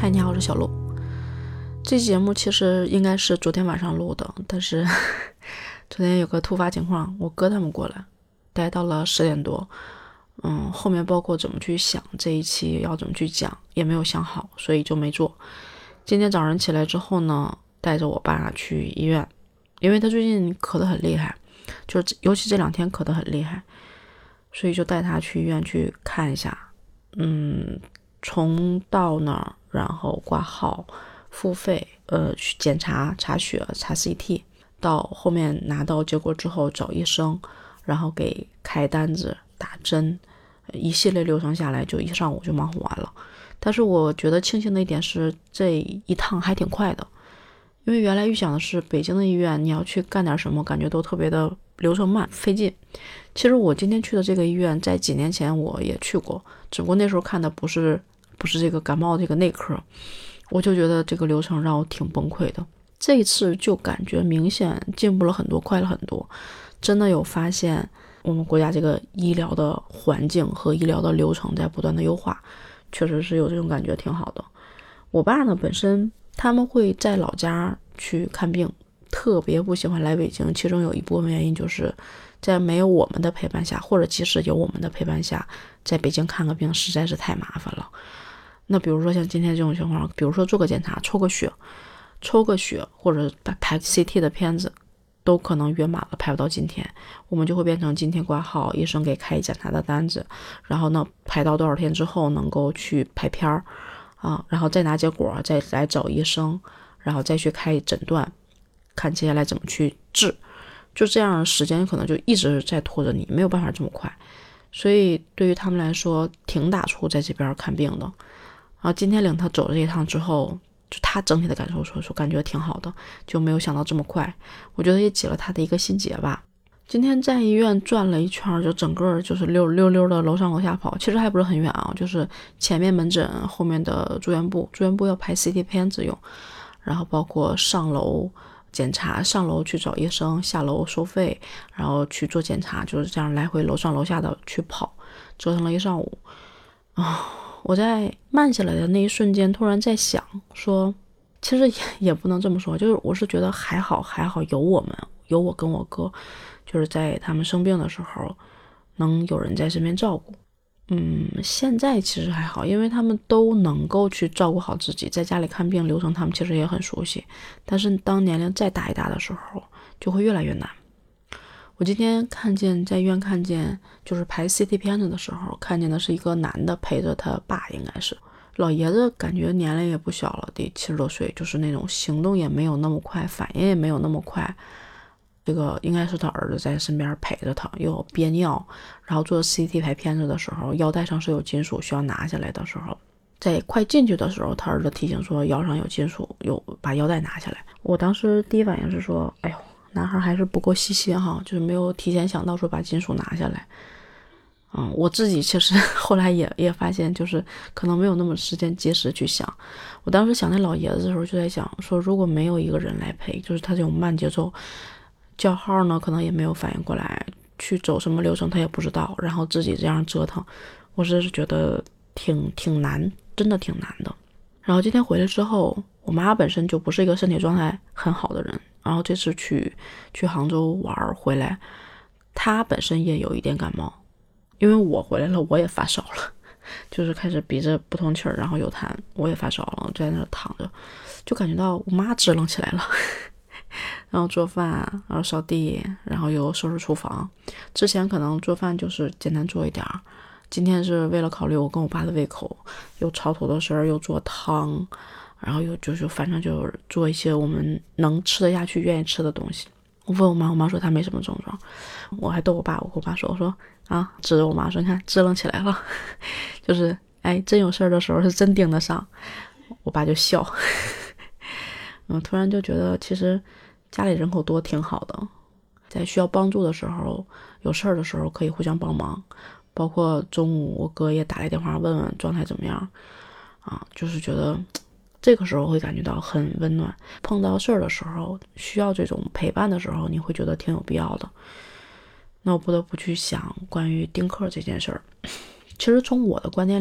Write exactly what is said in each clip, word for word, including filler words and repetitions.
嗨，你好，我是小鹿。这期节目其实应该是昨天晚上录的，但是昨天有个突发情况，我哥他们过来，待到了十点多。嗯，后面包括怎么去想这一期要怎么去讲，也没有想好，所以就没做。今天早上起来之后呢，带着我爸去医院，因为他最近咳得很厉害，就是尤其这两天咳得很厉害，所以就带他去医院去看一下。嗯，从到那儿，然后挂号、付费，呃，去检查、查血、查 C T， 到后面拿到结果之后找医生，然后给开单子、打针，一系列流程下来就一上午就忙活完了。但是我觉得庆幸的一点是这一趟还挺快的，因为原来预想的是北京的医院你要去干点什么，感觉都特别的流程慢费劲。其实我今天去的这个医院在几年前我也去过，只不过那时候看的不是不是这个感冒这个内科，我就觉得这个流程让我挺崩溃的。这一次就感觉明显进步了很多，快了很多，真的有发现我们国家这个医疗的环境和医疗的流程在不断的优化，确实是有这种感觉，挺好的。我爸呢本身他们会在老家去看病，特别不喜欢来北京，其中有一部分原因就是在没有我们的陪伴下，或者即使有我们的陪伴下，在北京看个病实在是太麻烦了。那比如说像今天这种情况，比如说做个检查，抽个血抽个血或者排 C T 的片子都可能约满了，排不到今天，我们就会变成今天挂号，医生给开检查的单子，然后呢排到多少天之后能够去拍片儿啊，然后再拿结果再来找医生，然后再去开诊断，看接下来怎么去治，就这样时间可能就一直在拖着你，没有办法这么快。所以对于他们来说挺打怵在这边看病的。然后今天领他走了这一趟之后，就他整体的感受说说感觉挺好的，就没有想到这么快，我觉得也解了他的一个心结吧。今天在医院转了一圈，就整个就是溜溜溜的楼上楼下跑，其实还不是很远啊，就是前面门诊，后面的住院部，住院部要拍 C T 片子用，然后包括上楼检查，上楼去找医生，下楼收费，然后去做检查，就是这样来回楼上楼下的去跑，折腾了一上午啊。我在慢下来的那一瞬间突然在想说，其实 也, 也不能这么说，就是我是觉得还好还好有我们，有我跟我哥，就是在他们生病的时候能有人在身边照顾。嗯，现在其实还好，因为他们都能够去照顾好自己，在家里看病流程他们其实也很熟悉，但是当年龄再大一大的时候就会越来越难。我今天看见在医院看见就是排 C T 片子的时候，看见的是一个男的陪着他爸，应该是老爷子，感觉年龄也不小了，得七十多岁，就是那种行动也没有那么快，反应也没有那么快。这个应该是他儿子在身边陪着他，又憋尿，然后做 C T 排片子的时候，腰带上是有金属需要拿下来的时候，在快进去的时候，他儿子提醒说腰上有金属，有把腰带拿下来。我当时第一反应是说，哎呦，男孩还是不够细心哈，就是没有提前想到说把金属拿下来。嗯，我自己其实后来也也发现，就是可能没有那么时间及时去想。我当时想那老爷子的时候，就在想说，如果没有一个人来陪，就是他这种慢节奏，叫号呢可能也没有反应过来，去走什么流程他也不知道，然后自己这样折腾，我是觉得挺挺难，真的挺难的。然后今天回来之后，我妈本身就不是一个身体状态很好的人，然后这次去去杭州玩回来，她本身也有一点感冒，因为我回来了我也发烧了，就是开始鼻子不通气儿，然后有痰，我也发烧了，在那躺着，就感觉到我妈支棱起来了然后做饭，然后扫地，然后又收拾厨房。之前可能做饭就是简单做一点儿，今天是为了考虑我跟我爸的胃口，又炒土豆丝儿，又做汤，然后又就是反正就做一些我们能吃得下去愿意吃的东西。我问我妈，我妈说她没什么症状，我还逗我爸，我跟我爸说，我说啊，指着我妈说，你看支棱起来了就是哎，真有事儿的时候是真盯得上。我爸就笑嗯，突然就觉得其实家里人口多挺好的，在需要帮助的时候，有事儿的时候可以互相帮忙。包括中午我哥也打来电话问问状态怎么样啊，就是觉得这个时候会感觉到很温暖。碰到事儿的时候，需要这种陪伴的时候，你会觉得挺有必要的。那我不得不去想关于丁克这件事儿。其实从我的观点里，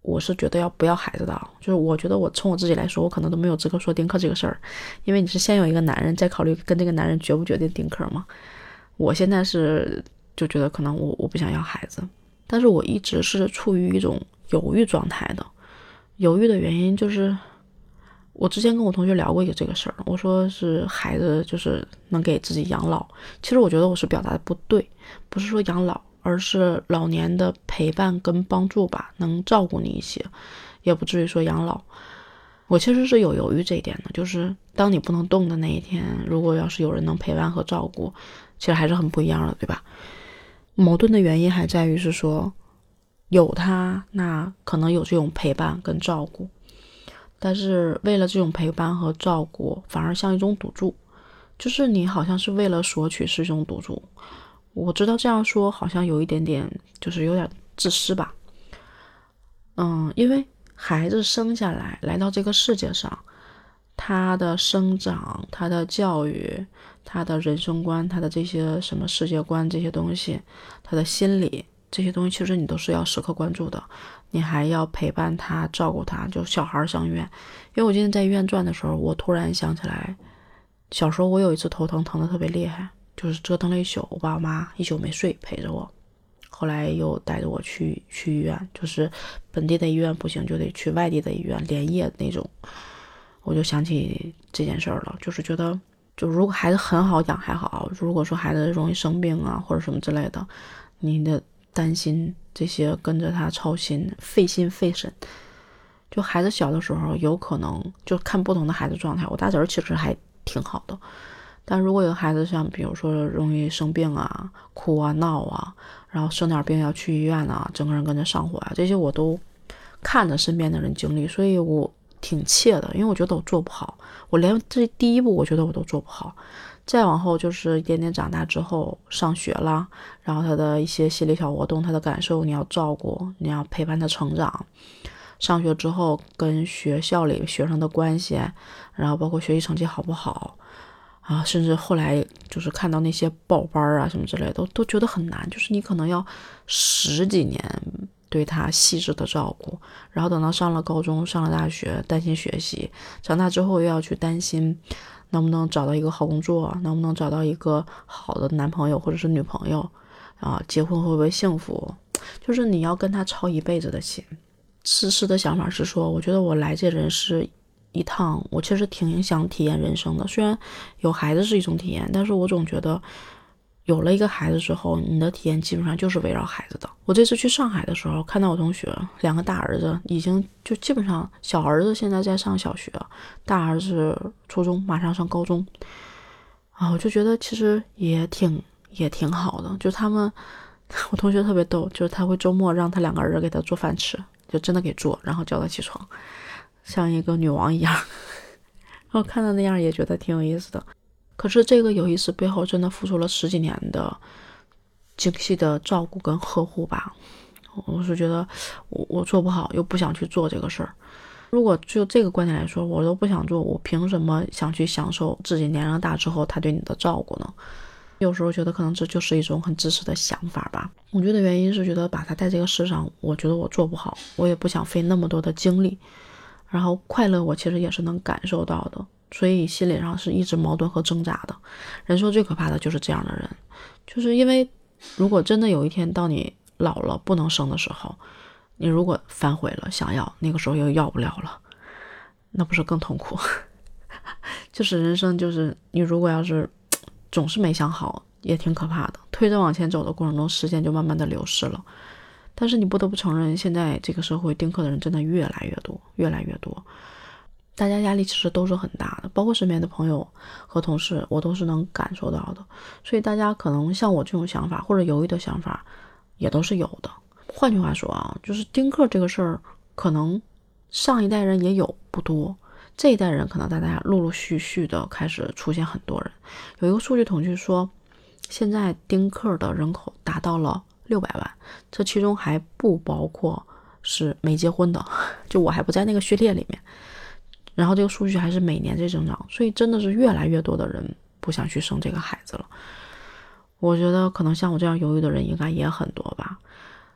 我是觉得要不要孩子的，就是我觉得我从我自己来说，我可能都没有资格说丁克这个事儿，因为你是先有一个男人，再考虑跟这个男人决不决定丁克嘛。我现在是就觉得可能我我不想要孩子，但是我一直是处于一种犹豫状态的。犹豫的原因就是我之前跟我同学聊过一个这个事儿，我说是孩子就是能给自己养老，其实我觉得我是表达的不对，不是说养老，而是老年的陪伴跟帮助吧，能照顾你一些，也不至于说养老。我其实是有犹豫这一点的，就是当你不能动的那一天，如果要是有人能陪伴和照顾，其实还是很不一样的，对吧？矛盾的原因还在于是说有他那可能有这种陪伴跟照顾，但是为了这种陪伴和照顾反而像一种赌注，就是你好像是为了索取是一种赌注。我知道这样说好像有一点点就是有点自私吧，嗯，因为孩子生下来来到这个世界上，他的生长，他的教育，他的人生观，他的这些什么世界观，这些东西，他的心理，这些东西其实你都是要时刻关注的，你还要陪伴他，照顾他，就小孩上院。因为我今天在医院转的时候，我突然想起来，小时候我有一次头疼，疼得特别厉害，就是折腾了一宿，我爸我妈一宿没睡陪着我，后来又带着我去去医院，就是本地的医院不行就得去外地的医院连夜那种。我就想起这件事儿了，就是觉得就如果孩子很好养还好，如果说孩子容易生病啊或者什么之类的，你的担心这些跟着他操心，费心费神。就孩子小的时候有可能就看不同的孩子状态，我大侄儿其实还挺好的，但如果有孩子像比如说容易生病啊，哭啊闹啊，然后生点病要去医院啊，整个人跟着上火啊，这些我都看着身边的人经历，所以我挺怯的，因为我觉得我做不好，我连这第一步我觉得我都做不好。再往后就是一点点长大之后上学了，然后他的一些心理小活动，他的感受你要照顾，你要陪伴他成长。上学之后跟学校里学生的关系，然后包括学习成绩好不好啊，甚至后来就是看到那些报班啊什么之类的，都都觉得很难，就是你可能要十几年对他细致的照顾，然后等到上了高中上了大学担心学习，长大之后又要去担心能不能找到一个好工作，能不能找到一个好的男朋友或者是女朋友啊，结婚会不会幸福，就是你要跟他操一辈子的心。自私的想法是说，我觉得我来这人是一趟，我其实挺想体验人生的，虽然有孩子是一种体验，但是我总觉得有了一个孩子之后，你的体验基本上就是围绕孩子的。我这次去上海的时候，看到我同学两个大儿子已经就基本上，小儿子现在在上小学，大儿子初中马上上高中啊，我就觉得其实也挺也挺好的。就他们，我同学特别逗，就是他会周末让他两个儿子给他做饭吃，就真的给做，然后叫他起床，像一个女王一样。然后看到那样也觉得挺有意思的。可是这个有意思背后真的付出了十几年的精细的照顾跟呵护吧。我是觉得我我做不好，又不想去做这个事儿。如果就这个观点来说，我都不想做，我凭什么想去享受自己年龄大之后他对你的照顾呢？有时候觉得可能这就是一种很自私的想法吧。我觉得原因是觉得把他在这个世上，我觉得我做不好，我也不想费那么多的精力，然后快乐我其实也是能感受到的，所以心理上是一直矛盾和挣扎的。人说最可怕的就是这样的人，就是因为如果真的有一天到你老了不能生的时候，你如果反悔了想要，那个时候又要不了了，那不是更痛苦？就是人生就是你如果要是总是没想好，也挺可怕的。推着往前走的过程中，时间就慢慢的流逝了。但是你不得不承认，现在这个社会丁克的人真的越来越多，越来越多。大家压力其实都是很大的，包括身边的朋友和同事，我都是能感受到的。所以大家可能像我这种想法或者犹豫的想法，也都是有的。换句话说啊，就是丁克这个事儿，可能上一代人也有不多。这一代人可能大家陆陆续续的开始出现很多人。有一个数据统计说，现在丁克的人口达到了六百万，这其中还不包括是没结婚的，就我还不在那个序列里面。然后这个数据还是每年在增长，所以真的是越来越多的人不想去生这个孩子了。我觉得可能像我这样犹豫的人应该也很多吧。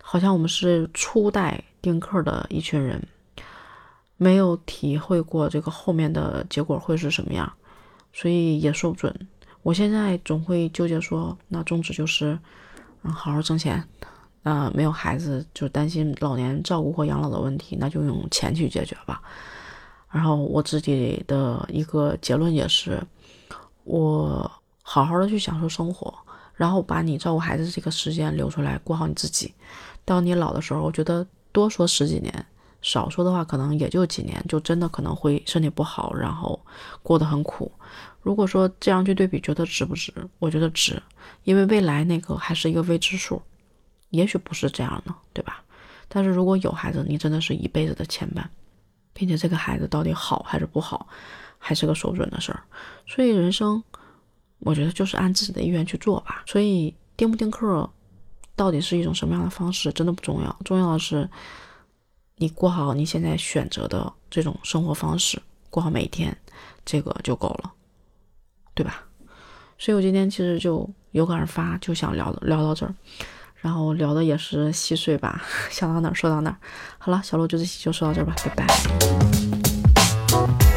好像我们是初代丁克的一群人，没有体会过这个后面的结果会是什么样，所以也说不准。我现在总会纠结说，那宗旨就是嗯，好好挣钱，呃，没有孩子就担心老年照顾或养老的问题，那就用钱去解决吧。然后我自己的一个结论也是，我好好的去享受生活，然后把你照顾孩子这个时间留出来过好你自己。到你老的时候，我觉得多说十几年，少说的话可能也就几年，就真的可能会身体不好，然后过得很苦。如果说这样去对比，觉得值不值？我觉得值，因为未来那个还是一个未知数，也许不是这样的，对吧？但是如果有孩子，你真的是一辈子的牵绊，并且这个孩子到底好还是不好，还是个说不准的事儿。所以人生，我觉得就是按自己的意愿去做吧。所以丁不丁克，到底是一种什么样的方式，真的不重要，重要的是你过好你现在选择的这种生活方式，过好每一天，这个就够了，对吧？所以我今天其实就有感而发，就想聊聊到这儿，然后聊的也是细碎吧，想到哪儿说到哪儿。好了，小鹿就这期就说到这儿吧，拜拜。